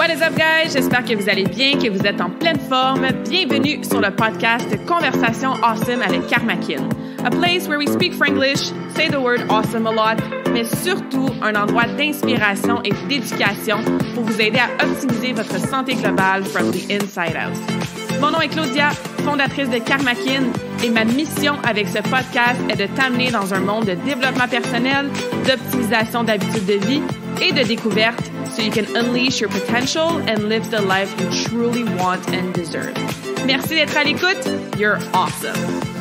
What is up, guys? J'espère que vous allez bien, que vous êtes en pleine forme. Bienvenue sur le podcast Conversation Awesome avec Karmakin. A place where we speak Franglish, say the word awesome a lot, mais surtout un endroit d'inspiration et d'éducation pour vous aider à optimiser votre santé globale from the inside out. Mon nom est Claudia, fondatrice de Karmakin, et ma mission avec ce podcast est de t'amener dans un monde de développement personnel, d'optimisation d'habitudes de vie et de découverte so you can unleash your potential and live the life you truly want and deserve. Merci d'être à l'écoute. You're awesome.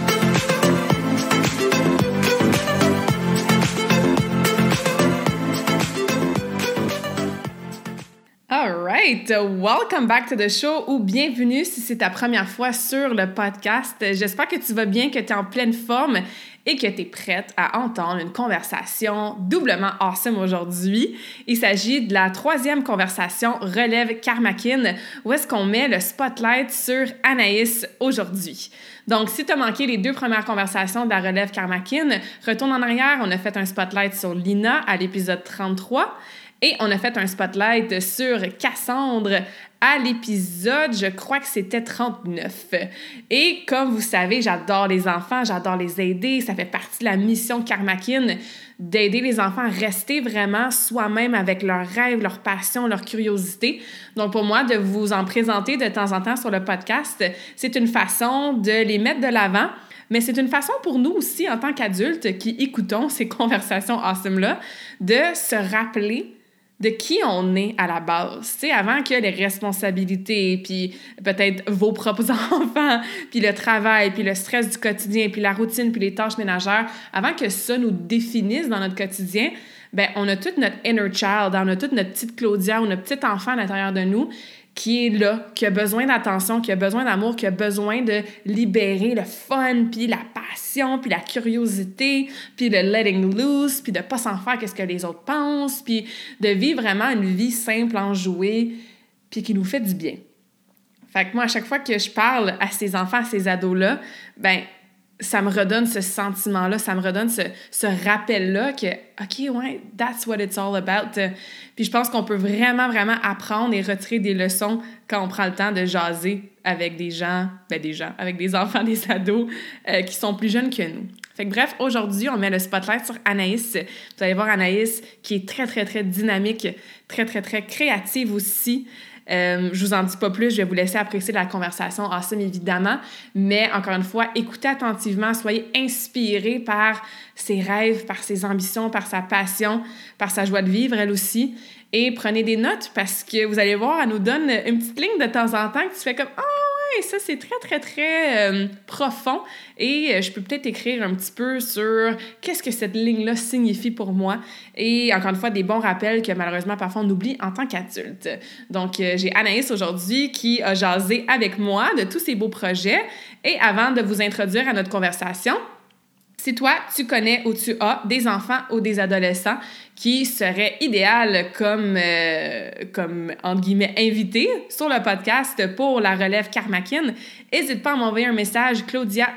All right, welcome back to the show ou bienvenue si c'est ta première fois sur le podcast. J'espère que tu vas bien, que tu es en pleine forme et que tu es prête à entendre une conversation doublement awesome aujourd'hui. Il s'agit de la 3e conversation Relève Karmakin, où est-ce qu'on met le spotlight sur Anaïs aujourd'hui. Donc, si tu as manqué les 2 premières conversations de la Relève Karmakin, retourne en arrière, on a fait un spotlight sur Lina à l'épisode 33. Et on a fait un spotlight sur Cassandre à l'épisode, je crois que c'était 39. Et comme vous savez, j'adore les enfants, j'adore les aider. Ça fait partie de la mission Karmakin d'aider les enfants à rester vraiment soi-même avec leurs rêves, leurs passions, leur curiosité. Donc pour moi, de vous en présenter de temps en temps sur le podcast, c'est une façon de les mettre de l'avant. Mais c'est une façon pour nous aussi, en tant qu'adultes qui écoutons ces conversations awesome-là, de se rappeler de qui on est à la base. Tu sais, avant que les responsabilités, puis peut-être vos propres enfants, puis le travail, puis le stress du quotidien, puis la routine, puis les tâches ménagères, avant que ça nous définisse dans notre quotidien, ben on a toute notre inner child, on a toute notre petite Claudia ou notre petit enfant à l'intérieur de nous qui est là, qui a besoin d'attention, qui a besoin d'amour, qui a besoin de libérer le fun, puis la passion, puis la curiosité, puis le letting loose, puis de pas s'en faire qu'est-ce que les autres pensent, puis de vivre vraiment une vie simple, enjouée, puis qui nous fait du bien. Fait que moi, à chaque fois que je parle à ces enfants, à ces ados-là, ben ça me redonne ce sentiment-là, ça me redonne ce rappel-là que, OK, ouais, that's what it's all about. Puis je pense qu'on peut vraiment, vraiment apprendre et retirer des leçons quand on prend le temps de jaser avec avec des enfants, des ados qui sont plus jeunes que nous. Fait que bref, aujourd'hui, on met le spotlight sur Anaïs. Vous allez voir Anaïs qui est très, très, très dynamique, très, très, très créative aussi. Je vous en dis pas plus, je vais vous laisser apprécier la conversation awesome évidemment, mais encore une fois, écoutez attentivement, soyez inspirés par ses rêves, par ses ambitions, par sa passion, par sa joie de vivre elle aussi, et prenez des notes parce que vous allez voir, elle nous donne une petite ligne de temps en temps que tu fais comme « Ah ouais, ça c'est très très très profond et je peux peut-être écrire un petit peu sur qu'est-ce que cette ligne-là signifie pour moi » et encore une fois, des bons rappels que malheureusement parfois on oublie en tant qu'adulte. Donc j'ai Anaïs aujourd'hui qui a jasé avec moi de tous ces beaux projets et avant de vous introduire à notre conversation, si toi, tu connais ou tu as des enfants ou des adolescents qui seraient idéales comme entre guillemets, invités sur le podcast pour la relève Karmakin, n'hésite pas à m'envoyer un message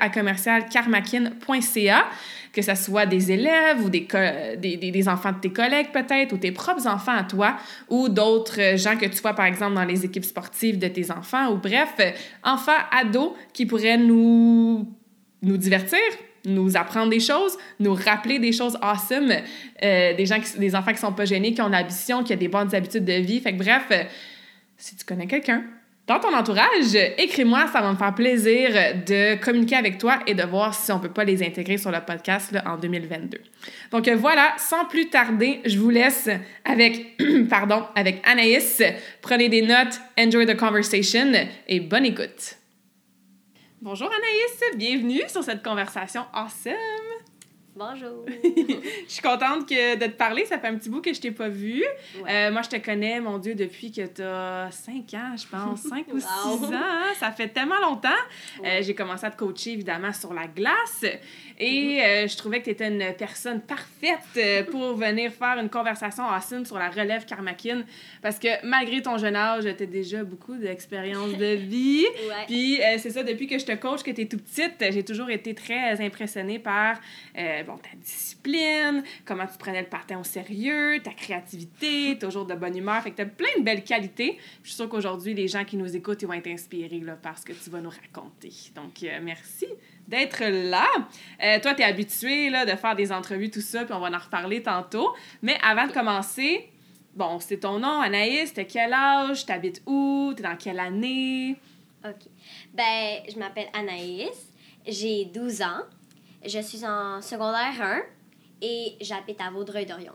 claudia@karmakin.ca, que ce soit des élèves ou des enfants de tes collègues peut-être, ou tes propres enfants à toi, ou d'autres gens que tu vois par exemple dans les équipes sportives de tes enfants, ou bref, enfants, ados qui pourraient nous divertir, nous apprendre des choses, nous rappeler des choses awesome, des enfants qui sont pas gênés, qui ont l'ambition, qui ont des bonnes habitudes de vie. Fait que bref, si tu connais quelqu'un dans ton entourage, écris-moi, ça va me faire plaisir de communiquer avec toi et de voir si on peut pas les intégrer sur le podcast là, en 2022. Donc voilà, sans plus tarder, je vous laisse avec Anaïs. Prenez des notes, enjoy the conversation et bonne écoute. Bonjour Anaïs, bienvenue sur cette conversation awesome! Bonjour! Je suis contente de te parler, ça fait un petit bout que je t'ai pas vue. Ouais. Moi, je te connais, mon Dieu, depuis que tu as 5 ans, je pense, 5 ou 6 ans, hein? Ça fait tellement longtemps. Ouais. J'ai commencé à te coacher, évidemment, sur la glace et je trouvais que tu étais une personne parfaite pour venir faire une conversation awesome sur la relève Karmakin parce que malgré ton jeune âge, tu as déjà beaucoup d'expérience de vie. Ouais. Puis c'est ça, depuis que je te coach, que tu es tout petite, j'ai toujours été très impressionnée par bon, ta discipline, comment tu prenais le patin au sérieux, ta créativité, toujours de bonne humeur. Fait que tu as plein de belles qualités. Je suis sûre qu'aujourd'hui, les gens qui nous écoutent, ils vont être inspirés là, par ce que tu vas nous raconter. Donc, merci d'être là. Toi, tu es habitué là, de faire des entrevues, tout ça, puis on va en reparler tantôt. Mais avant de commencer, bon, c'est ton nom, Anaïs, t'as quel âge, t'habites où, t'es dans quelle année? OK. Ben, je m'appelle Anaïs, j'ai 12 ans, je suis en secondaire 1 et j'habite à Vaudreuil-Dorion.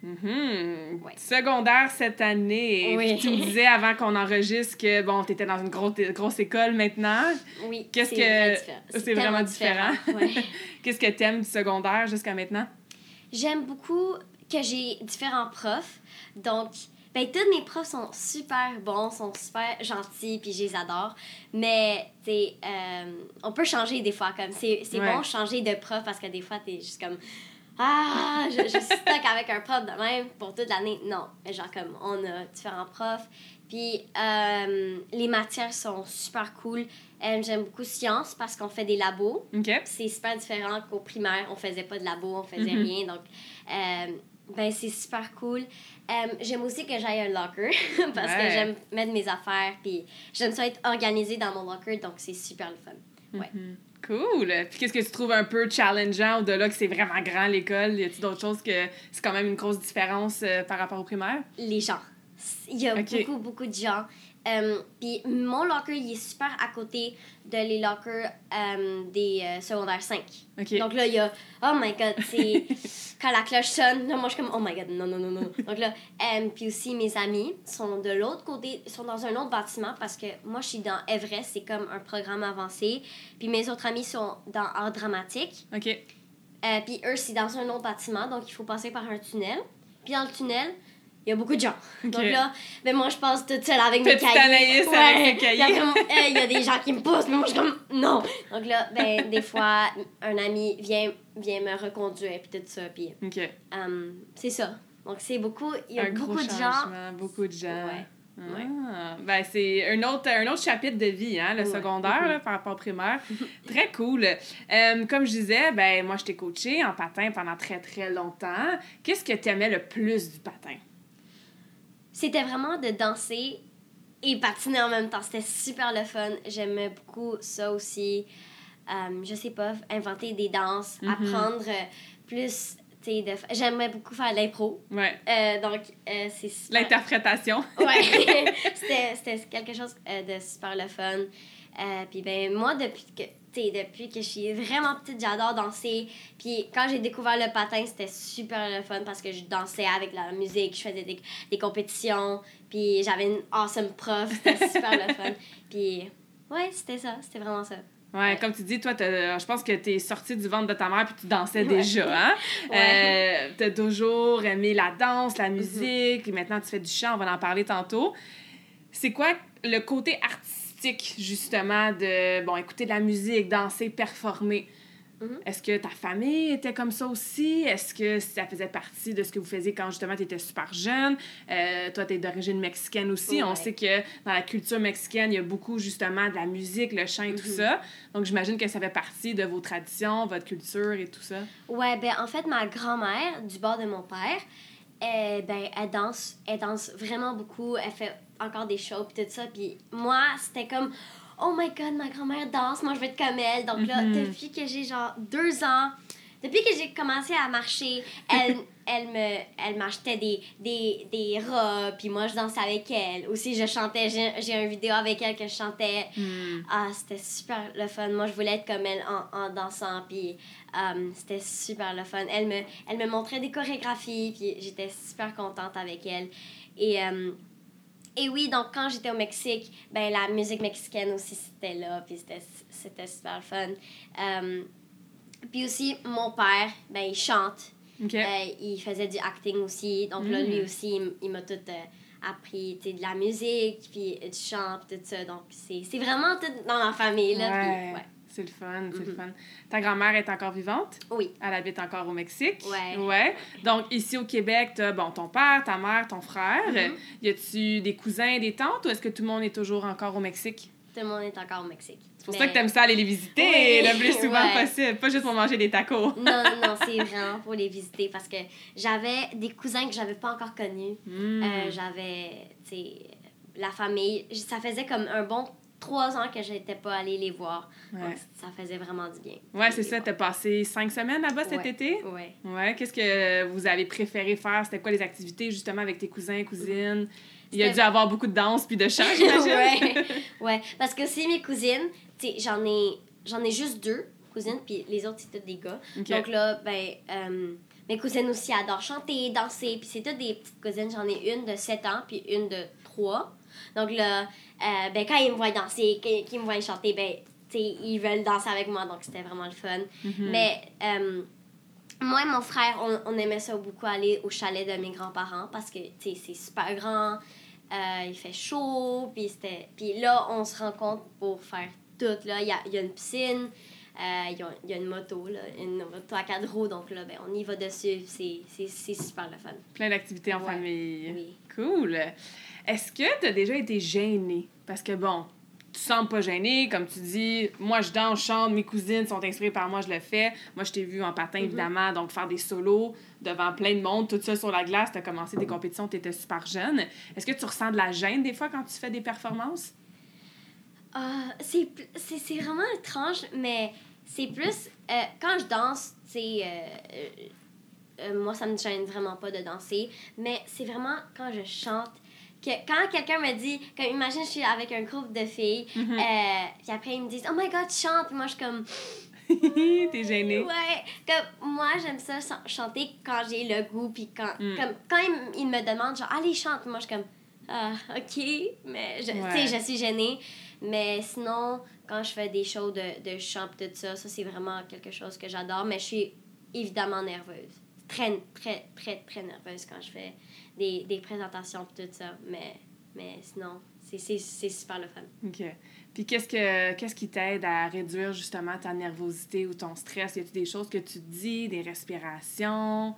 Ouais. Secondaire cette année. Oui. Tu me disais avant qu'on enregistre que, bon, t'étais dans une grosse école maintenant. Oui, c'est vraiment différent. Ouais. Qu'est-ce que t'aimes du secondaire jusqu'à maintenant? J'aime beaucoup que j'ai différents profs. Donc, ben, tous mes profs sont super bons, sont super gentils, puis je les adore. Mais, tu sais, on peut changer des fois. Comme c'est bon de changer de prof parce que des fois, t'es juste comme... Ah, je suis stuck avec un prof de même pour toute l'année. Non, genre comme on a différents profs. Puis les matières sont super cool. J'aime beaucoup sciences parce qu'on fait des labos. Okay. C'est super différent qu'au primaire. On faisait pas de labo, on faisait rien. Donc, ben c'est super cool. J'aime aussi que j'aille un locker parce que j'aime mettre mes affaires. Puis j'aime ça être organisée dans mon locker, donc c'est super le fun. Ouais. Cool! Puis qu'est-ce que tu trouves un peu challengeant au-delà que c'est vraiment grand l'école? Y a-t-il d'autres choses que c'est quand même une grosse différence par rapport au primaire? Les gens. Il y a beaucoup de gens. Puis mon locker, il est super à côté de les lockers des secondaires 5. Okay. Donc là, il y a... Oh my God, c'est... Quand la cloche sonne, là, moi, je suis comme... Oh my God, non. Donc là, puis aussi, mes amis sont de l'autre côté, sont dans un autre bâtiment parce que moi, je suis dans Everest, c'est comme un programme avancé. Puis mes autres amis sont dans art dramatique. OK. Puis eux, c'est dans un autre bâtiment, donc il faut passer par un tunnel. Puis dans le tunnel... Il y a beaucoup de gens. Okay. Donc là, ben moi, je passe toute seule avec mes cahiers. Anaïs avec ses cahiers. Il y a des gens qui me poussent, mais moi, je suis comme, non. Donc là, ben, des fois, un ami vient me reconduire, puis tout ça. Puis, c'est ça. Donc, c'est beaucoup, il y a beaucoup de gens. Beaucoup de gens. Ouais. Ah, ben c'est un autre chapitre de vie, hein, le secondaire, là, par rapport au primaire. Très cool. Comme je disais, ben moi, je t'ai coachée en patin pendant très, très longtemps. Qu'est-ce que tu aimais le plus du patin? C'était vraiment de danser et patiner en même temps. C'était super le fun. J'aimais beaucoup ça aussi. Je sais pas, inventer des danses, apprendre plus... J'aimais beaucoup faire l'impro. Ouais. Donc, c'est super... L'interprétation. Ouais. C'était quelque chose de super le fun. Puis ben moi, depuis que je suis vraiment petite, j'adore danser. Puis quand j'ai découvert le patin, c'était super le fun parce que je dansais avec la musique, je faisais des compétitions. Puis j'avais une awesome prof, c'était super le fun. Puis ouais, c'était ça, c'était vraiment ça. Ouais, comme tu dis, toi, je pense que t'es sortie du ventre de ta mère puis tu dansais déjà, hein? T'as toujours aimé la danse, la musique, et maintenant tu fais du chant, on va en parler tantôt. C'est quoi le côté artistique, justement, de, bon, écouter de la musique, danser, performer? Est-ce que ta famille était comme ça aussi? Est-ce que ça faisait partie de ce que vous faisiez quand, justement, tu étais super jeune? Toi, tu es d'origine mexicaine aussi. Ouais. On sait que dans la culture mexicaine, il y a beaucoup, justement, de la musique, le chant et tout ça. Donc, j'imagine que ça fait partie de vos traditions, votre culture et tout ça. Ouais, ben en fait, ma grand-mère, du bord de mon père, elle danse vraiment beaucoup. Elle fait encore des shows et tout ça. Puis moi, c'était comme... Oh my God, ma grand-mère danse, moi je veux être comme elle. Donc là, depuis que j'ai genre 2 ans, depuis que j'ai commencé à marcher, elle m'achetait des robes, puis moi je dansais avec elle. Aussi, je chantais, j'ai une vidéo avec elle que je chantais. Ah, c'était super le fun. Moi, je voulais être comme elle en dansant, puis c'était super le fun. Elle me montrait des chorégraphies, puis j'étais super contente avec elle. Et oui, donc quand j'étais au Mexique, ben la musique mexicaine aussi, c'était là, puis c'était super fun. Puis aussi, mon père, ben il chante. Okay. Il faisait du acting aussi. Donc là, lui aussi, il m'a tout appris, de la musique, puis du chant, puis tout ça. Donc c'est vraiment tout dans la famille, là. Ouais. Puis, ouais. C'est le fun, c'est le fun. Ta grand-mère est encore vivante? Oui. Elle habite encore au Mexique? Ouais. Donc, ici au Québec, t'as, bon, ton père, ta mère, ton frère. Y a-tu des cousins et des tantes ou est-ce que tout le monde est toujours encore au Mexique? tout le monde est encore au Mexique. C'est pour ça que t'aimes ça aller les visiter le plus souvent possible, pas juste pour manger des tacos. non, c'est vraiment pour les visiter parce que j'avais des cousins que j'avais pas encore connus. J'avais, tu sais, la famille. Ça faisait comme un bon 3 ans que j'étais pas allée les voir. Donc, ça faisait vraiment du bien. Ouais, c'est ça. T'as passé 5 semaines là-bas cet été? Ouais. Ouais. Qu'est-ce que vous avez préféré faire? C'était quoi les activités, justement, avec tes cousins et cousines? Il y a dû avoir beaucoup de danse puis de chant, j'imagine. ouais. Parce que aussi, mes cousines, tu sais, j'en ai juste 2 cousines, puis les autres, c'est toutes des gars. Okay. Donc là, mes cousines aussi adorent chanter, danser, puis c'est toutes des petites cousines. J'en ai une de 7 ans, puis une de 3. Donc là, quand ils me voient danser, qu'ils me voient chanter, ils veulent danser avec moi, donc c'était vraiment le fun. Mais moi et mon frère, on aimait ça beaucoup aller au chalet de mes grands-parents parce que c'est super grand, il fait chaud, puis là, on se rencontre pour faire tout. Là. Il y a une piscine, il y a une moto à 4 roues, donc là, on y va dessus, c'est super le fun. Plein d'activités en famille. Oui. Cool. Est-ce que tu as déjà été gênée? Parce que bon, tu sembles pas gênée, comme tu dis, moi je danse, je chante, mes cousines sont inspirées par moi, je le fais. Moi je t'ai vu en patin évidemment, donc faire des solos devant plein de monde, tout ça sur la glace, tu as commencé des compétitions, tu étais super jeune. Est-ce que tu ressens de la gêne des fois quand tu fais des performances? C'est vraiment étrange, mais c'est plus quand je danse, tu sais, moi ça me gêne vraiment pas de danser, mais c'est vraiment quand je chante que quand quelqu'un me dit, comme imagine je suis avec un groupe de filles, puis après ils me disent oh my god tu chantes, puis moi je suis comme t'es gênée. Ouais, comme moi j'aime ça chanter quand j'ai le goût, puis quand ils me demandent genre allez chante, moi je suis comme ok, mais tu sais je suis gênée, mais sinon quand je fais des shows de chant pis tout ça c'est vraiment quelque chose que j'adore, mais je suis évidemment nerveuse, très très très très nerveuse quand je fais des présentations pis tout ça, mais sinon c'est super le fun. OK. Puis qu'est-ce qui t'aide à réduire justement ta nervosité ou ton stress? Y a-t-il des choses que tu te dis, des respirations?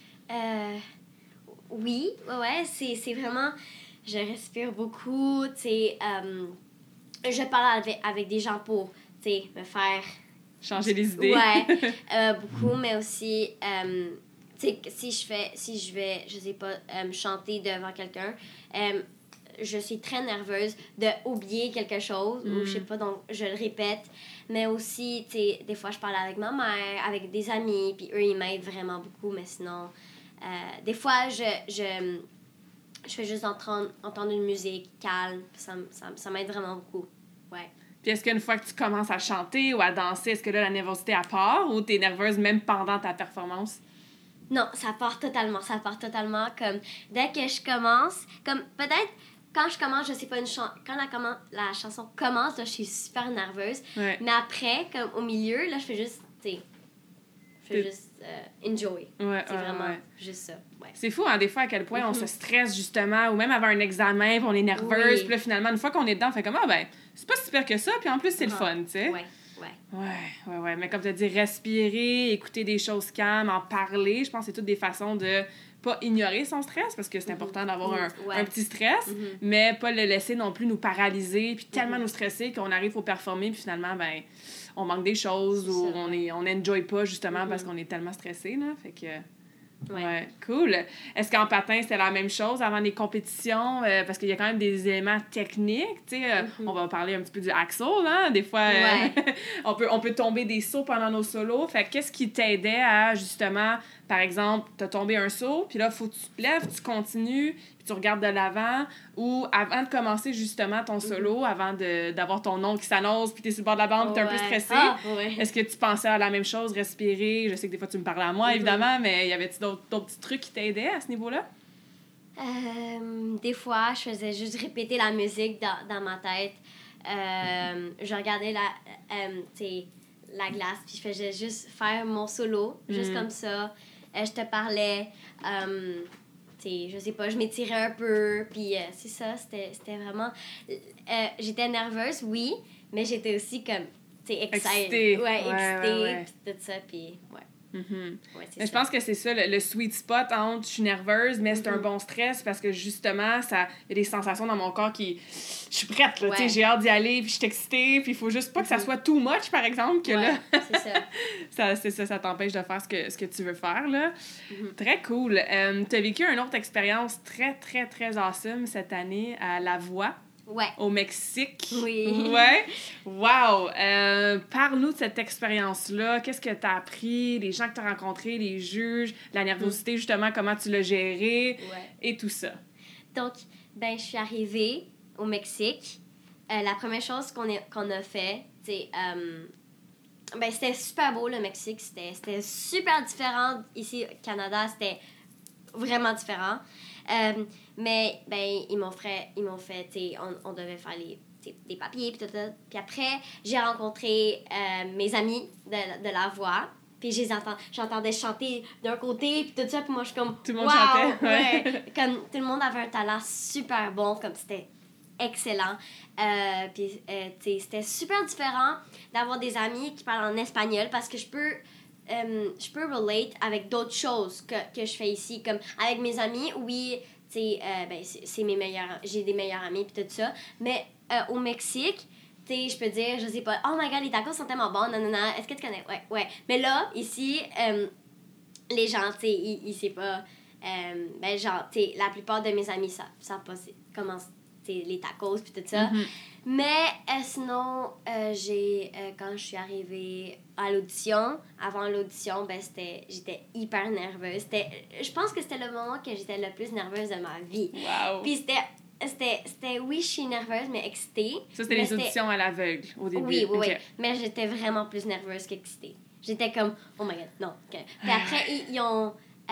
Oui, ouais, c'est vraiment... Je respire beaucoup, tu sais... je parle avec des gens pour, tu sais, me faire... Changer les idées. Ouais, beaucoup, mais aussi... tu sais, si je vais, je sais pas, chanter devant quelqu'un... je suis très nerveuse d'oublier quelque chose, ou je sais pas, donc je le répète. Mais aussi, tu sais, des fois, je parle avec ma mère, avec des amis, puis eux, ils m'aident vraiment beaucoup, mais sinon... des fois, je fais juste entendre une musique calme, ça m'aide vraiment beaucoup, ouais. Puis est-ce qu'une fois que tu commences à chanter ou à danser, est-ce que là, la nervosité, elle part, ou t'es nerveuse même pendant ta performance? Non, ça part totalement, comme dès que je commence, comme peut-être... Quand je commence, je sais pas, quand la chanson commence, là, je suis super nerveuse. Ouais. Mais après, comme au milieu, là, je fais juste, tu sais, enjoy. Ouais, c'est vraiment juste ça. Ouais. C'est fou, hein, des fois, à quel point on se stresse, justement, ou même avant un examen, puis on est nerveuse, puis là, finalement, une fois qu'on est dedans, on fait comme, c'est pas si pire que ça, puis en plus, c'est le fun, tu sais. Ouais. Mais comme tu as dit, respirer, écouter des choses calmes, en parler, je pense que c'est toutes des façons de pas ignorer son stress, parce que c'est important d'avoir un petit stress, mais pas le laisser non plus nous paralyser, puis tellement nous stresser qu'on arrive pour performer, puis finalement, on manque des choses, ou on n'enjoy pas, justement, parce qu'on est tellement stressé, là, fait que... Ouais, cool. Est-ce qu'en patin, c'était la même chose avant les compétitions? Parce qu'il y a quand même des éléments techniques, tu sais. On va parler un petit peu du axel, hein? Des fois, on peut tomber des sauts pendant nos solos. Fait qu'est-ce qui t'aidait à, justement, par exemple, t'as tombé un saut, puis là, faut que tu te lèves, tu continues, puis tu regardes de l'avant, ou avant de commencer, justement, ton solo, avant d'avoir ton nom qui s'annonce, puis t'es sur le bord de la bande, puis t'es un peu stressé. Est-ce que tu pensais à la même chose, respirer? Je sais que des fois, tu me parlais à moi, évidemment, mais y avait-tu d'autres petits trucs qui t'aidaient à ce niveau-là? Des fois, je faisais juste répéter la musique dans ma tête. Je regardais la glace, puis je faisais juste faire mon solo, juste comme ça. Je te parlais, je sais pas, je m'étirais un peu, puis c'est ça, c'était vraiment... j'étais nerveuse, oui, mais j'étais aussi comme, excitée. Excitée. Ouais, excitée, puis tout ça, puis ouais. Ouais, Mais je pense que c'est ça, le sweet spot entre je suis nerveuse, mais c'est un bon stress parce que justement, il y a des sensations dans mon corps qui. Je suis prête, là, tu sais, j'ai hâte d'y aller, puis je suis excitée, puis il faut juste pas que ça soit too much, par exemple, que là. C'est ça. ça t'empêche de faire ce que tu veux faire, là. Très cool. T'as vécu une autre expérience très, très, très awesome cette année à La Voix. Ouais. Au Mexique. Oui. Ouais. Wow. Parle-nous de cette expérience-là. Qu'est-ce que tu as appris? Les gens que tu as rencontrés, les juges, la nervosité, justement, comment tu l'as gérée et tout ça. Donc, je suis arrivée au Mexique. La première chose qu'on a fait, c'est... c'était super beau, le Mexique. C'était super différent. Ici, au Canada, c'était vraiment différent. Mais ils m'ont fait on devait faire des papiers puis tout ça. Puis après j'ai rencontré mes amis de La Voix, puis j'entendais chanter d'un côté puis tout ça, puis moi je suis comme tout le monde chantait, ouais. Comme tout le monde avait un talent super bon, comme c'était excellent. Puis c'était super différent d'avoir des amis qui parlent en espagnol parce que je peux relate avec d'autres choses que je fais ici. Comme avec mes amis, oui, tu sais, c'est j'ai des meilleurs amis puis tout ça. Mais au Mexique, tu sais, je peux dire, je sais pas, oh my god, les tacos sont tellement bons, non, est-ce que tu connais? Ouais. Mais là, ici, les gens, tu sais, ils savent pas. Genre, tu sais, la plupart de mes amis savent pas comment les tacos puis tout ça. Mais sinon, quand je suis arrivée à l'audition, avant l'audition, j'étais hyper nerveuse. Je pense que c'était le moment que j'étais le plus nerveuse de ma vie. Wow! Puis c'était oui, je suis nerveuse, mais excitée. Ça, c'était les auditions à l'aveugle, au début. Oui. Mais j'étais vraiment plus nerveuse qu'excitée. J'étais comme, oh my god, non. Okay. Puis après, ils ont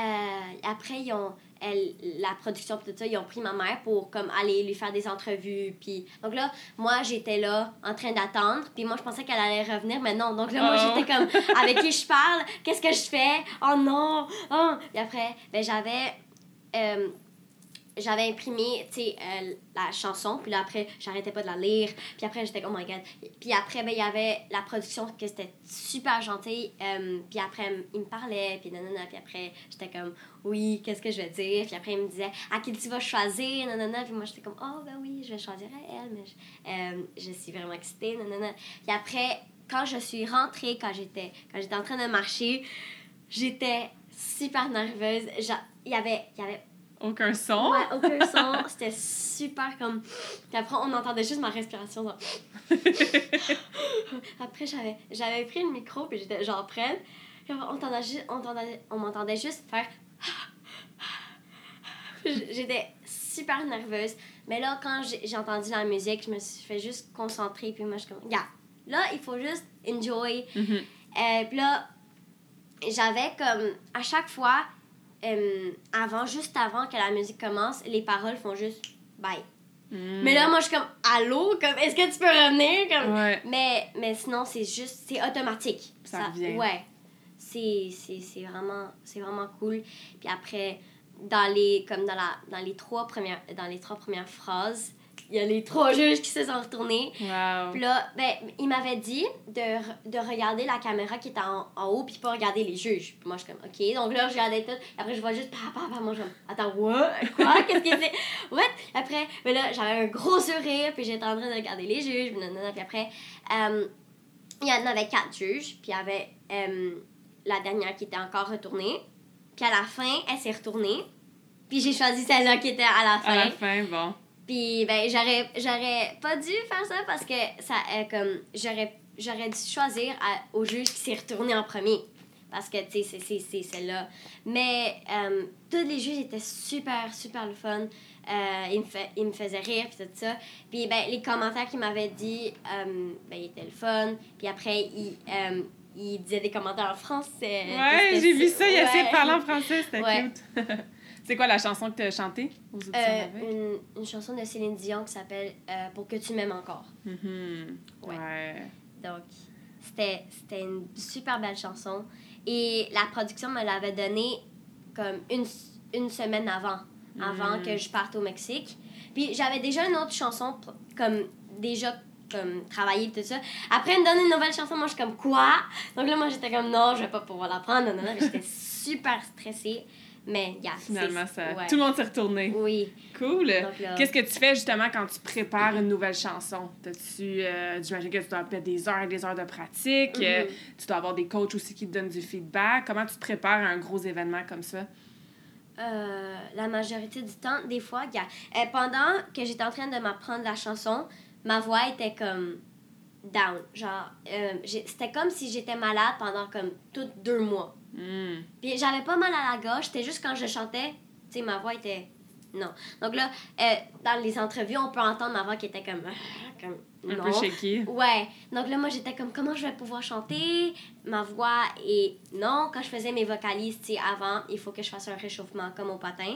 la production pis tout ça, ils ont pris ma mère pour comme aller lui faire des entrevues, puis donc là moi j'étais là en train d'attendre, puis moi je pensais qu'elle allait revenir, mais non, donc là moi j'étais comme avec qui je parle, qu'est-ce que je fais, oh non, puis après j'avais imprimé, tu sais, la chanson, puis là, après, j'arrêtais pas de la lire, puis après, j'étais comme, oh my god. Puis après, il y avait la production, que c'était super gentil, puis après, il me parlait, puis nanana, puis après, j'étais comme, oui, qu'est-ce que je vais dire? Puis après, il me disait, à qui tu vas choisir, nanana, puis moi, j'étais comme, oh, ben oui, je vais choisir à elle, mais je suis vraiment excitée, nanana. Puis après, quand je suis rentrée, quand j'étais en train de marcher, j'étais super nerveuse, il y avait aucun son? Ouais, aucun son. C'était super comme... Puis après, on entendait juste ma respiration. Genre... Après, j'avais pris le micro, puis j'étais genre prête. Puis on m'entendait juste faire... J'étais super nerveuse. Mais là, quand j'ai entendu la musique, je me suis fait juste concentrer. Puis moi, je suis comme... Yeah. Là, il faut juste enjoy. Puis là, j'avais comme... À chaque fois... juste avant que la musique commence, les paroles font juste bye. Mais là, moi, je suis comme allô, comme est-ce que tu peux revenir? Comme... Ouais. Mais sinon, c'est automatique. Ça revient. Ouais. C'est vraiment cool. Puis après, dans les 3 premières phrases, il y a les 3 juges qui se sont retournés. Wow. Puis là, il m'avait dit de regarder la caméra qui était en haut, puis pas regarder les juges. Puis moi, je suis comme, OK. Donc là, je regardais tout. Et après, je vois juste, moi, je suis comme, attends, what? Quoi? Qu'est-ce que c'est? What? Après, mais là, j'avais un gros sourire, puis j'étais en train de regarder les juges. Puis après, il y en avait 4 juges, puis il y avait la dernière qui était encore retournée. Puis à la fin, elle s'est retournée. Puis j'ai choisi celle-là qui était à la fin. À la fin, bon. Puis, j'aurais pas dû faire ça parce que ça, comme, j'aurais dû choisir au juge qui s'est retourné en premier. Parce que, tu sais, c'est celle-là. Mais, tous les juges étaient super, super le fun. Ils me faisaient rire, puis tout ça. Puis, les commentaires qu'ils m'avaient dit, ils étaient le fun. Puis après, ils disaient des commentaires en français. Ouais, j'ai vu ça. Il essayait de parler en français. C'était cute. C'est quoi la chanson que tu as chantée aux auditions? Une chanson de Céline Dion qui s'appelle Pour que tu m'aimes encore. Ouais. Donc, c'était une super belle chanson. Et la production me l'avait donnée comme une semaine avant que je parte au Mexique. Puis j'avais déjà une autre chanson comme déjà comme travailler tout ça. Après, elle me donne une nouvelle chanson, moi je suis comme quoi? Donc là, moi j'étais comme non, je vais pas pouvoir la prendre, non. J'étais super stressée. Mais, finalement, ouais. tout le monde s'est retourné. Oui. Cool. Donc, là... Qu'est-ce que tu fais justement quand tu prépares une nouvelle chanson? J'imagine que tu dois mettre des heures et des heures de pratique. Tu dois avoir des coachs aussi qui te donnent du feedback. Comment tu te prépares à un gros événement comme ça? La majorité du temps, des fois, pendant que j'étais en train de m'apprendre la chanson, ma voix était comme down. Genre, c'était comme si j'étais malade pendant comme tout 2 mois. Puis j'avais pas mal à la gorge, c'était juste quand je chantais, tu sais, ma voix était... Non. Donc là, dans les entrevues, on peut entendre ma voix qui était comme un peu shaky. Ouais. Donc là, moi, j'étais comme, comment je vais pouvoir chanter? Ma voix est... Non. Quand je faisais mes vocalises, tu sais, avant, il faut que je fasse un réchauffement comme au patin.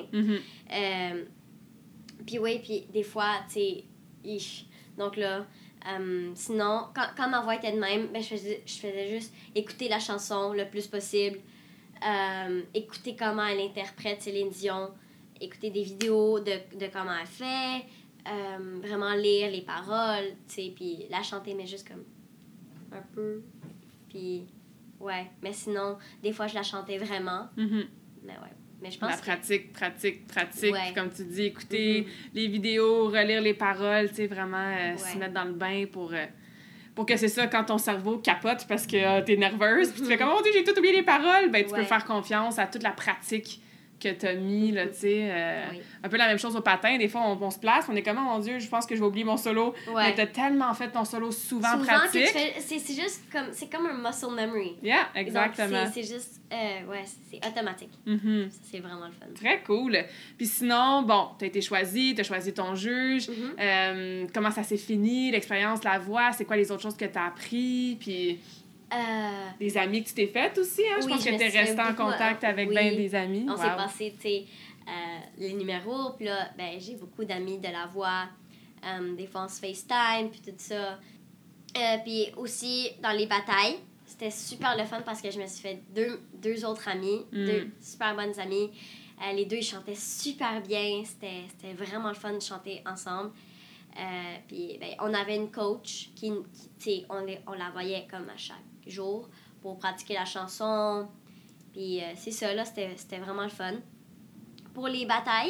Puis oui, puis des fois, tu sais, donc là... sinon, quand ma voix était de même, ben, je faisais juste écouter la chanson le plus possible, écouter comment elle interprète Céline Dion, écouter des vidéos de comment elle fait, vraiment lire les paroles, tu sais, puis la chanter, mais juste comme un peu. Puis, ouais. Mais sinon, des fois, je la chantais vraiment. Mais ouais. Mais je pense la pratique. Ouais. Puis comme tu dis, écouter les vidéos, relire les paroles, tu sais, vraiment s'y mettre dans le bain pour que c'est ça, quand ton cerveau capote parce que t'es nerveuse, puis tu fais comme « Oh Dieu, j'ai tout oublié les paroles! » Ben, tu peux faire confiance à toute la pratique que t'as mis, là, tu sais. Un peu la même chose au patin. Des fois, on se place, on est comme « Oh mon Dieu, je pense que je vais oublier mon solo. » Mais t'as tellement fait ton solo souvent pratique. Que tu fais, c'est juste comme... C'est comme un muscle memory. Yeah, exactement. Donc, c'est juste... c'est automatique. C'est vraiment le fun. Très cool. Puis sinon, bon, t'as été choisie, t'as choisi ton juge. Comment ça s'est fini, l'expérience, la voix? C'est quoi les autres choses que t'as appris? Puis... des amis que tu t'es faites aussi, hein? Je pense que t'es restée en contact avec ben des amis. On s'est passé, tu sais, les numéros, puis là, ben, j'ai beaucoup d'amis de la voix. Des fois, on se FaceTime, puis tout ça. Puis aussi, dans les batailles, c'était super le fun parce que je me suis fait deux autres amis, deux super bonnes amies. Les deux, ils chantaient super bien. C'était vraiment le fun de chanter ensemble. Puis, ben, on avait une coach qui tu sais, on la voyait comme à chaque jour pour pratiquer la chanson. Puis, c'est ça, là, c'était vraiment le fun. Pour les batailles,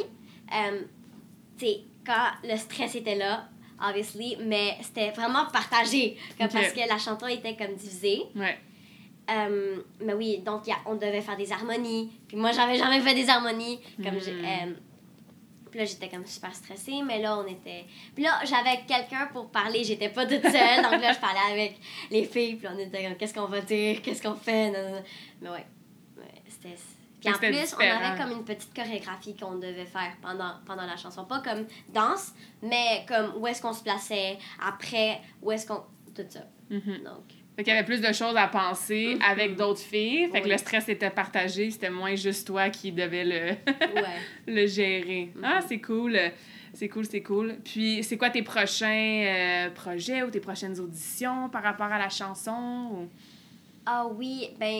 tu sais, quand le stress était là, obviously, mais c'était vraiment partagé, parce que la chanson était comme divisée. Ouais. Mais oui, donc on devait faire des harmonies. Puis moi, j'avais jamais fait des harmonies. Puis là, j'étais comme super stressée, mais là, on était... Puis là, j'avais quelqu'un pour parler, j'étais pas toute seule. Donc là, je parlais avec les filles, puis on était comme, qu'est-ce qu'on va dire, qu'est-ce qu'on fait, non. Mais ouais, c'était... Puis en plus, différent. On avait comme une petite chorégraphie qu'on devait faire pendant la chanson. Pas comme danse, mais comme où est-ce qu'on se plaçait, après, où est-ce qu'on... Tout ça. Donc... Fait qu'il y avait plus de choses à penser avec d'autres filles. Fait que le stress était partagé. C'était moins juste toi qui devais le gérer. Ah, c'est cool. C'est cool. Puis, c'est quoi tes prochains projets ou tes prochaines auditions par rapport à la chanson? Ou... Ah oui, ben,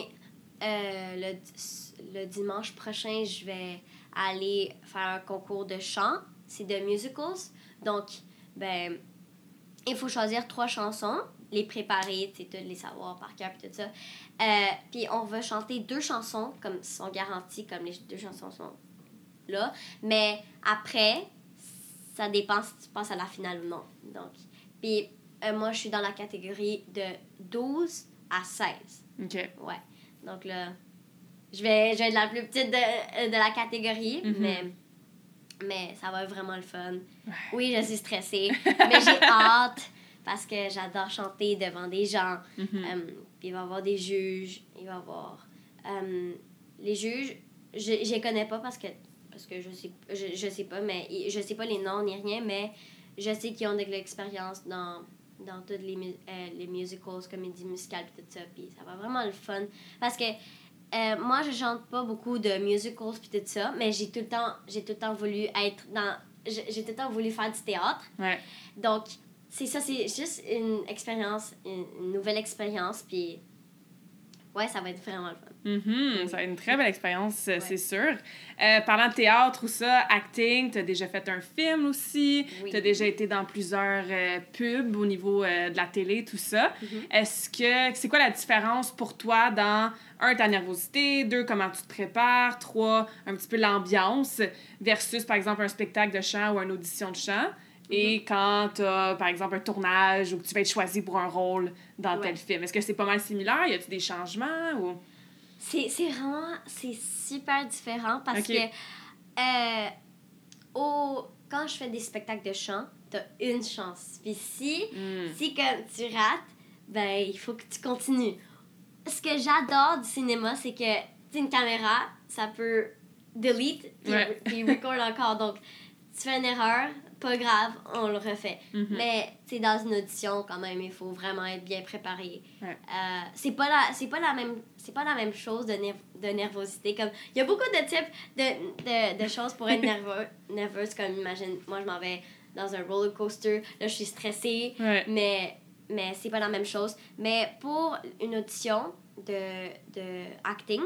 le dimanche prochain, je vais aller faire un concours de chant. C'est de musicals. Donc, ben, il faut choisir 3 chansons, les préparer, tu sais, les savoir par cœur, puis tout ça. Puis on va chanter 2 chansons, comme sont garanties, comme les 2 chansons sont là. Mais après, ça dépend si tu passes à la finale ou non. Donc, puis moi, je suis dans la catégorie de 12 à 16. OK. Ouais. Donc là, je vais être la plus petite de la catégorie, mais ça va être vraiment le fun. Ouais. Oui, je suis stressée, mais j'ai hâte parce que j'adore chanter devant des gens. Puis il va y avoir des juges, il va y avoir... les juges, je les connais pas parce que je sais pas, mais je sais pas les noms ni rien, mais je sais qu'ils ont de l'expérience dans toutes les musicals, comédies musicales et tout ça, puis ça va vraiment le fun. Parce que moi, je chante pas beaucoup de musicals puis tout ça, mais j'ai tout le temps voulu être dans... J'ai tout le temps voulu faire du théâtre. Ouais. Donc, c'est ça, c'est juste une expérience, une nouvelle expérience, puis... ouais, ça va être vraiment le fun. Ça va être une très belle expérience, c'est sûr. Parlant de théâtre ou ça, acting, tu as déjà fait un film aussi, tu as déjà été dans plusieurs pubs au niveau de la télé, tout ça. C'est quoi la différence pour toi dans, un, ta nervosité, deux, comment tu te prépares, trois, un petit peu l'ambiance versus, par exemple, un spectacle de chant ou une audition de chant? Et quand tu as, par exemple, un tournage ou que tu vas être choisi pour un rôle dans tel film, est-ce que c'est pas mal similaire? Y a-t-il des changements? Ou... C'est super différent parce que quand je fais des spectacles de chant, t'as une chance. Puis si quand tu rates, ben il faut que tu continues. Ce que j'adore du cinéma, c'est que une caméra, ça peut delete puis record encore. Donc, tu fais une erreur, pas grave, on le refait. Mais dans une audition, quand même, il faut vraiment être bien préparé. C'est pas la même chose de nervosité. Comme il y a beaucoup de types de choses pour être nerveuse. Comme imagine, moi je m'en vais dans un roller coaster, là je suis stressée, mais c'est pas la même chose. Mais pour une audition de acting,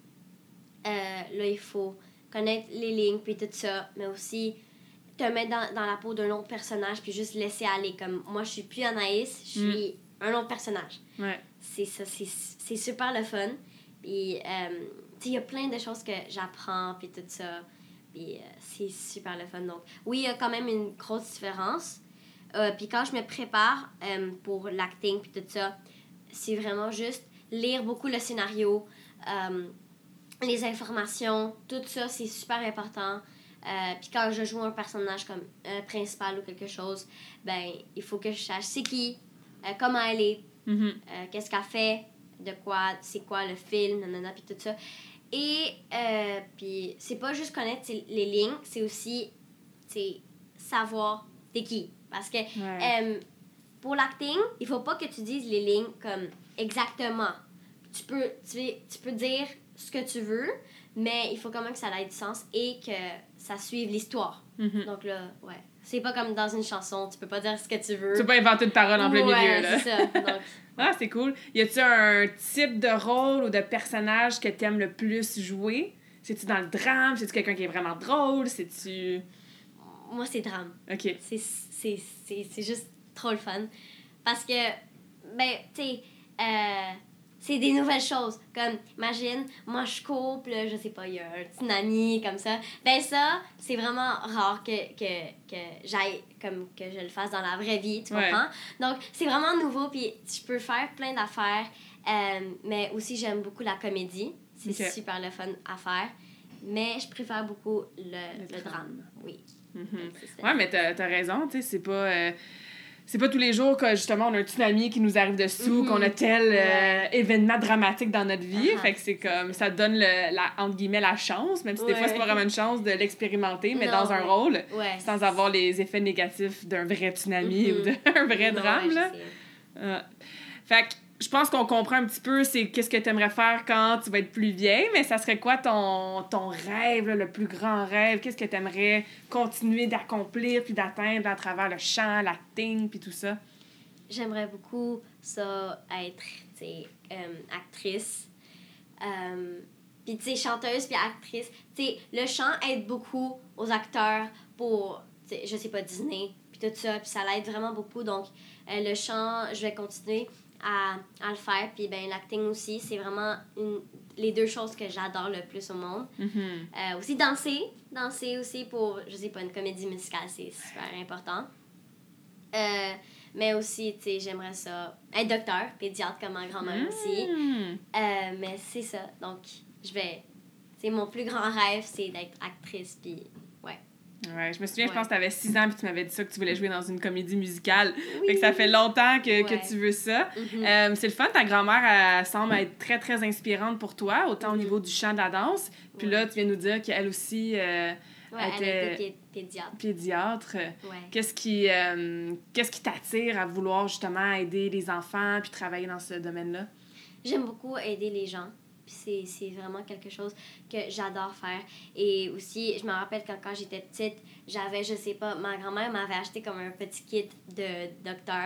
là il faut connaître les lignes puis tout ça, mais aussi te mettre dans la peau d'un autre personnage puis juste laisser aller. Comme moi, je suis plus Anaïs, je suis un autre personnage. C'est ça, c'est super le fun. Puis, il y a plein de choses que j'apprends puis tout ça. Puis, c'est super le fun. Donc, oui, il y a quand même une grosse différence. Puis quand je me prépare pour l'acting puis tout ça, c'est vraiment juste lire beaucoup le scénario, les informations, tout ça, c'est super important. Puis quand je joue un personnage comme principal ou quelque chose, ben il faut que je sache c'est qui, comment elle est, qu'est-ce qu'elle fait, c'est quoi le film, nanana, puis tout ça. Et puis c'est pas juste connaître les lignes, c'est aussi savoir t'es qui. Parce que pour l'acting, il faut pas que tu dises les lignes comme exactement. Tu peux dire ce que tu veux, mais il faut quand même que ça ait du sens et que ça suive l'histoire. Donc là, c'est pas comme dans une chanson, tu peux pas dire ce que tu veux. Tu peux pas inventer une parole en plein milieu, là. C'est ça. Donc, c'est cool. Y a-tu un type de rôle ou de personnage que t'aimes le plus jouer? C'est-tu dans le drame? C'est-tu quelqu'un qui est vraiment drôle? C'est-tu... Moi, c'est drame. OK. C'est juste trop le fun. Parce que, ben, tu sais, c'est des nouvelles choses. Comme, imagine, moi, je cours, puis là, je sais pas, il y a un tsunami, comme ça. Ben ça, c'est vraiment rare que j'aille, comme que je le fasse dans la vraie vie, tu comprends? Donc, c'est vraiment nouveau, puis je peux faire plein d'affaires. Mais aussi, j'aime beaucoup la comédie. C'est super le fun à faire. Mais je préfère beaucoup le drame. Oui. Ouais, mais t'as raison, tu sais, c'est pas tous les jours que, justement, on a un tsunami qui nous arrive dessous, qu'on a tel événement dramatique dans notre vie. Fait que c'est comme, ça donne, entre guillemets, la chance, même si des fois, c'est pas vraiment une chance de l'expérimenter, mais dans un rôle, sans avoir les effets négatifs d'un vrai tsunami ou d'un vrai drame, là. Fait que, je pense qu'on comprend un petit peu qu'est-ce que tu aimerais faire quand tu vas être plus vieille, mais ça serait quoi ton rêve, là, le plus grand rêve? Qu'est-ce que tu aimerais continuer d'accomplir puis d'atteindre à travers le chant, l'acting puis tout ça? J'aimerais beaucoup ça être, actrice. Puis, tu sais, chanteuse puis actrice. Tu sais, le chant aide beaucoup aux acteurs pour, je sais pas, Disney puis tout ça. Puis ça l'aide vraiment beaucoup. Donc, le chant, je vais continuer à le faire. Puis ben l'acting aussi, c'est vraiment les deux choses que j'adore le plus au monde. Aussi danser aussi pour, je sais pas, une comédie musicale, c'est super important. Mais aussi, tu sais, j'aimerais ça être docteur, pédiatre comme ma grand-mère aussi. Mais c'est ça, donc c'est mon plus grand rêve, c'est d'être actrice, puis ouais, je me souviens, je pense que tu avais 6 ans puis tu m'avais dit ça, que tu voulais jouer dans une comédie musicale. Fait que ça fait longtemps que tu veux ça. C'est le fun, ta grand-mère, elle semble être très, très inspirante pour toi, autant au niveau du chant, de la danse. Puis là, tu viens nous dire qu'elle aussi elle était pédiatre. Pédiatre. Qu'est-ce qui t'attire à vouloir justement aider les enfants puis travailler dans ce domaine-là? J'aime beaucoup aider les gens. C'est vraiment quelque chose que j'adore faire. Et aussi, je me rappelle quand j'étais petite, j'avais, je sais pas, ma grand-mère m'avait acheté comme un petit kit de docteur.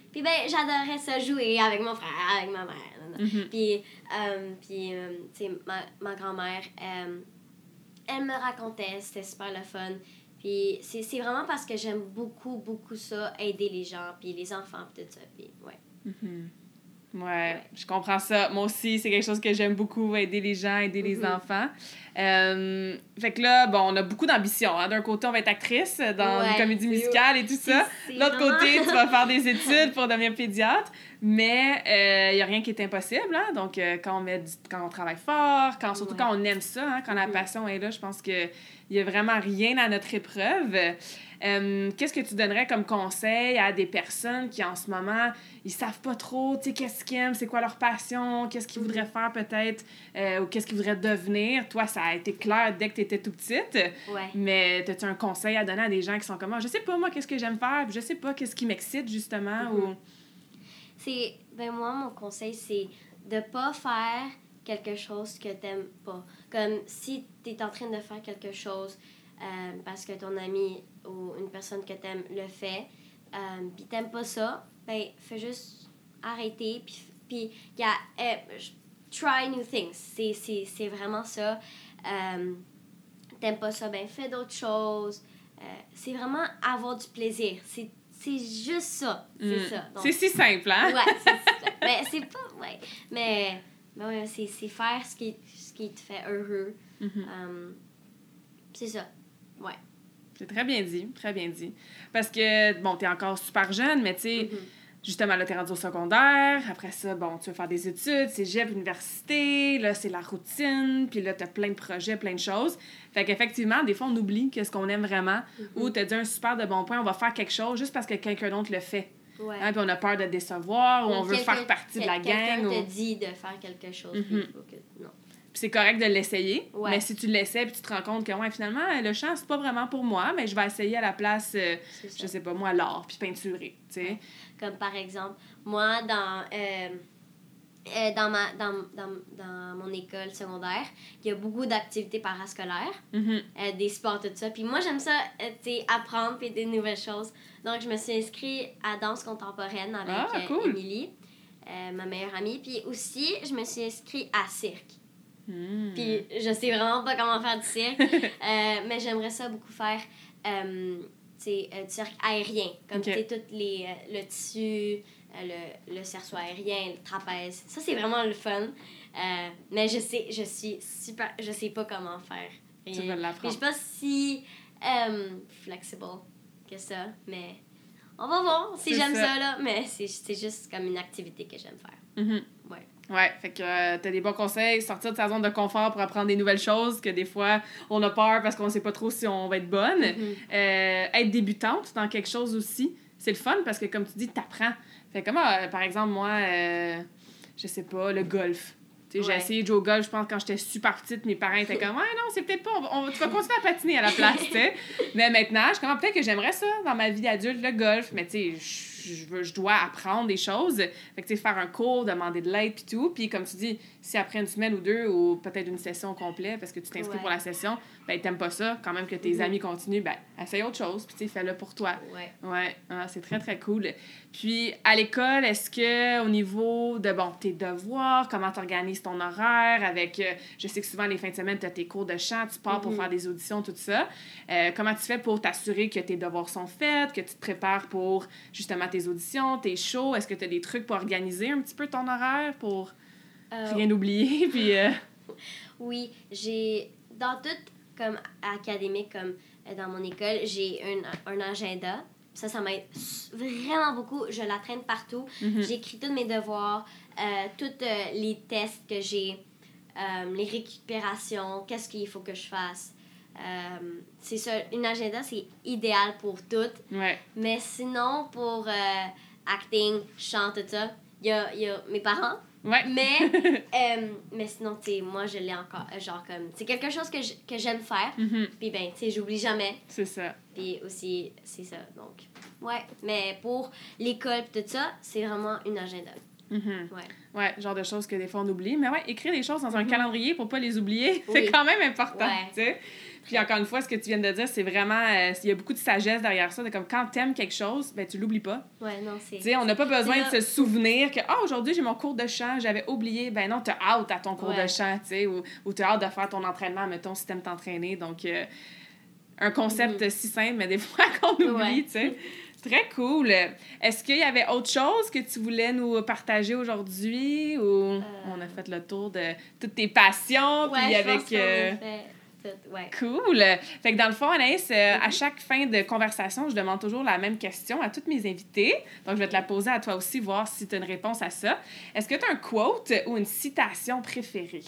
Puis ben, j'adorais ça, jouer avec mon frère, avec ma mère. Puis, tu sais, ma grand-mère, elle me racontait, c'était super le fun. Puis c'est vraiment parce que j'aime beaucoup, beaucoup ça, aider les gens, puis les enfants, puis tout ça. Puis, ouais. Ouais, je comprends ça. Moi aussi, c'est quelque chose que j'aime beaucoup, aider les gens, aider les enfants. Fait que là, bon, on a beaucoup d'ambition. Hein. D'un côté, on va être actrice dans une comédie musicale et tout ça. De l'autre côté, tu vas faire des études pour devenir pédiatre. Mais il n'y a rien qui est impossible. Hein. Donc, quand on travaille fort, surtout quand on aime ça, hein, quand la passion est là, je pense qu'il n'y a vraiment rien à notre épreuve. Qu'est-ce que tu donnerais comme conseil à des personnes qui, en ce moment, ils savent pas trop, tu sais, qu'est-ce qu'ils aiment, c'est quoi leur passion, qu'est-ce qu'ils voudraient faire peut-être, ou qu'est-ce qu'ils voudraient devenir? Toi, ça a été clair dès que tu étais tout petite. Ouais. Mais as-tu un conseil à donner à des gens qui sont comme moi? Je sais pas, moi, qu'est-ce que j'aime faire, puis je sais pas qu'est-ce qui m'excite, justement, ou... Ben moi, mon conseil, c'est de pas faire quelque chose que t'aimes pas. Comme si t'es en train de faire quelque chose parce que ton ami ou une personne que t'aimes le fait, puis t'aimes pas ça, ben fais juste arrêter, puis try new things. C'est vraiment ça. T'aimes pas ça, ben fais d'autres choses. C'est vraiment avoir du plaisir. C'est juste ça. C'est ça. Donc, c'est si simple, hein? Ouais, c'est simple. Mais c'est pas... Ouais. Mais ouais, c'est faire ce qui te fait heureux. C'est ça. Ouais. C'est très bien dit, très bien dit. Parce que, bon, t'es encore super jeune, mais tu sais, justement, là, t'es rendu au secondaire. Après ça, bon, tu vas faire des études, cégep, université. Là, c'est la routine. Puis là, t'as plein de projets, plein de choses. Fait qu'effectivement, des fois, on oublie que ce qu'on aime vraiment. Ou t'as dit un super de bon point, on va faire quelque chose juste parce que quelqu'un d'autre le fait. Ouais. Hein, puis on a peur de décevoir ou on veut faire partie de la gang. Quelqu'un te dit de faire quelque chose, puis il faut que... Non. Puis c'est correct de l'essayer, Ouais. mais si tu l'essaies puis tu te rends compte que ouais, finalement, le chant, c'est pas vraiment pour moi, mais je vais essayer à la place, je sais pas moi, l'art, puis peinturer, tu sais. Ouais. Comme par exemple, moi, dans mon école secondaire, il y a beaucoup d'activités parascolaires, des sports, tout ça. Puis moi, j'aime ça, tu sais, apprendre puis des nouvelles choses. Donc, je me suis inscrite à danse contemporaine avec Émilie, ma meilleure amie. Puis aussi, je me suis inscrite à cirque. Puis je sais vraiment pas comment faire du cirque, mais j'aimerais ça beaucoup faire du cirque aérien, comme tu sais, tout le tissu, le cerceau aérien, le trapèze. Ça, c'est vraiment le fun. Mais je sais pas comment faire. Tu vas l'apprendre. Je suis pas si flexible que ça, mais on va voir si j'aime ça, là. Mais c'est juste comme une activité que j'aime faire. Ouais. Ouais, fait que t'as des bons conseils, sortir de sa zone de confort pour apprendre des nouvelles choses, que des fois, on a peur parce qu'on sait pas trop si on va être bonne. Être débutante dans quelque chose aussi, c'est le fun parce que, comme tu dis, t'apprends. Fait que moi, par exemple, moi, je sais pas, le golf. J'ai essayé de jouer au golf, je pense, quand j'étais super petite, mes parents étaient comme « Ouais, non, c'est peut-être pas... tu vas continuer à patiner à la place, tu sais. » Mais maintenant, je comprends peut-être que j'aimerais ça dans ma vie d'adulte, le golf. Mais tu sais, je dois apprendre des choses. Fait que tu sais, faire un cours, demander de l'aide, puis tout. Puis comme tu dis, si après une semaine ou deux, ou peut-être une session complète, parce que tu t'inscris pour la session, ben t'aimes pas ça, quand même que tes amis continuent, ben essaye autre chose, puis tu sais, fais-le pour toi. Ouais, c'est très, très cool. Puis à l'école, est-ce que au niveau de, bon, tes devoirs, comment t'organises ton horaire avec, je sais que souvent les fins de semaine, t'as tes cours de chant, tu pars pour faire des auditions, tout ça. Comment tu fais pour t'assurer que tes devoirs sont faits, que tu te prépares pour justement tes auditions, tes shows? Est-ce que tu as des trucs pour organiser un petit peu ton horaire pour rien oublier? Puis, Oui, j'ai... Dans tout, comme académique, comme dans mon école, j'ai un agenda. Ça m'aide vraiment beaucoup. Je la traîne partout. J'écris tous mes devoirs, tous les tests que j'ai, les récupérations, qu'est-ce qu'il faut que je fasse. C'est ça, une agenda, c'est idéal pour tout. Mais sinon, pour acting, chant, tout ça, il y a mes parents. Mais sinon, tu sais, moi, je l'ai encore, genre comme... C'est quelque chose que j'aime faire. Puis ben, tu sais, j'oublie jamais. C'est ça. Puis aussi, c'est ça, donc... Ouais, mais pour l'école et tout ça, c'est vraiment une agenda. Ouais, genre de choses que des fois on oublie. Mais ouais, écrire des choses dans un calendrier pour pas les oublier, c'est quand même important, tu sais. Puis encore une fois, ce que tu viens de dire, c'est vraiment... il y a beaucoup de sagesse derrière ça. De comme quand t'aimes quelque chose, ben tu l'oublies pas. Ouais, non, c'est... Tu sais, on n'a pas besoin de se souvenir que « aujourd'hui, j'ai mon cours de chant, j'avais oublié. » Ben non, t'as hâte à ton cours de chant, tu sais, ou t'as hâte de faire ton entraînement, mettons, si t'aimes t'entraîner. Donc, un concept si simple, mais des fois qu'on oublie, tu sais. Très cool. Est-ce qu'il y avait autre chose que tu voulais nous partager aujourd'hui ou on a fait le tour de toutes tes passions? Ouais, puis je avec, pense qu'on a fait tout, ouais. Cool. Fait que dans le fond, Anaïs, à chaque fin de conversation, je demande toujours la même question à toutes mes invités. Donc, je vais te la poser à toi aussi, voir si tu as une réponse à ça. Est-ce que tu as un quote ou une citation préférée?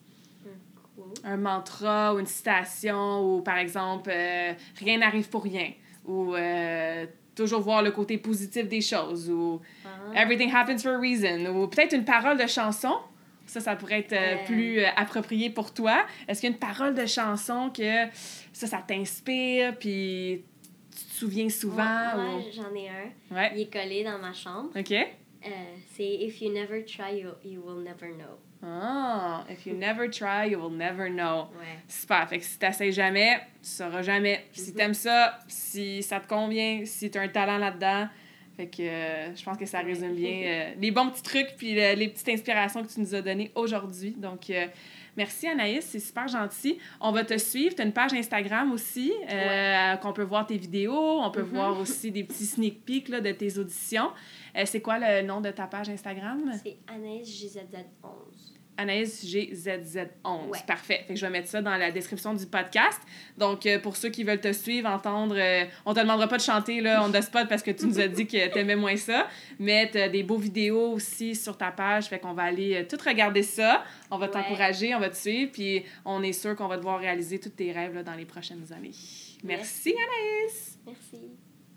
Un mantra ou une citation ou, par exemple, rien n'arrive pour rien ou toujours voir le côté positif des choses ou everything happens for a reason ou peut-être une parole de chanson. Ça pourrait être plus approprié pour toi. Est-ce qu'il y a une parole de chanson que ça t'inspire puis tu te souviens souvent? Moi, j'en ai un. Ouais. Il est collé dans ma chambre. OK. C'est « If you never try, you will never know ». Ah, if you never try, you will never know. Ouais. Super. Fait que si t'essayes jamais, tu sauras jamais. Si t'aimes ça, si ça te convient, si t'as un talent là-dedans. Fait que je pense que ça résume bien les bons petits trucs puis les petites inspirations que tu nous as données aujourd'hui. Donc, merci Anaïs, c'est super gentil. On va te suivre. Tu as une page Instagram aussi qu'on peut voir tes vidéos. On peut voir aussi des petits sneak peeks là, de tes auditions. C'est quoi le nom de ta page Instagram? C'est Anaïs GZZ11. Anaïs GZZ11. Ouais. Parfait. Fait que je vais mettre ça dans la description du podcast. Donc, pour ceux qui veulent te suivre, entendre... on te demandera pas de chanter, là, on the spot, parce que tu nous as dit que t'aimais moins ça. Mais t'as des beaux vidéos aussi sur ta page. Fait qu'on va aller tout regarder ça. On va t'encourager, on va te suivre. Puis, on est sûr qu'on va devoir réaliser tous tes rêves là, dans les prochaines années. Merci, Anaïs! Merci.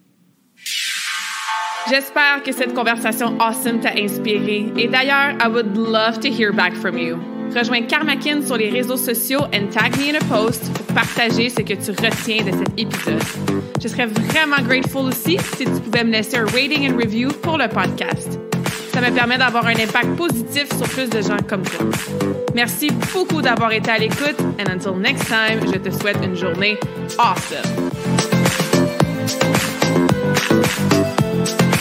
J'espère que cette conversation awesome t'a inspiré. Et d'ailleurs, I would love to hear back from you. Rejoins Karmakin sur les réseaux sociaux and tag me in a post pour partager ce que tu retiens de cet épisode. Je serais vraiment grateful aussi si tu pouvais me laisser un rating and review pour le podcast. Ça me permet d'avoir un impact positif sur plus de gens comme toi. Merci beaucoup d'avoir été à l'écoute and until next time, je te souhaite une journée awesome.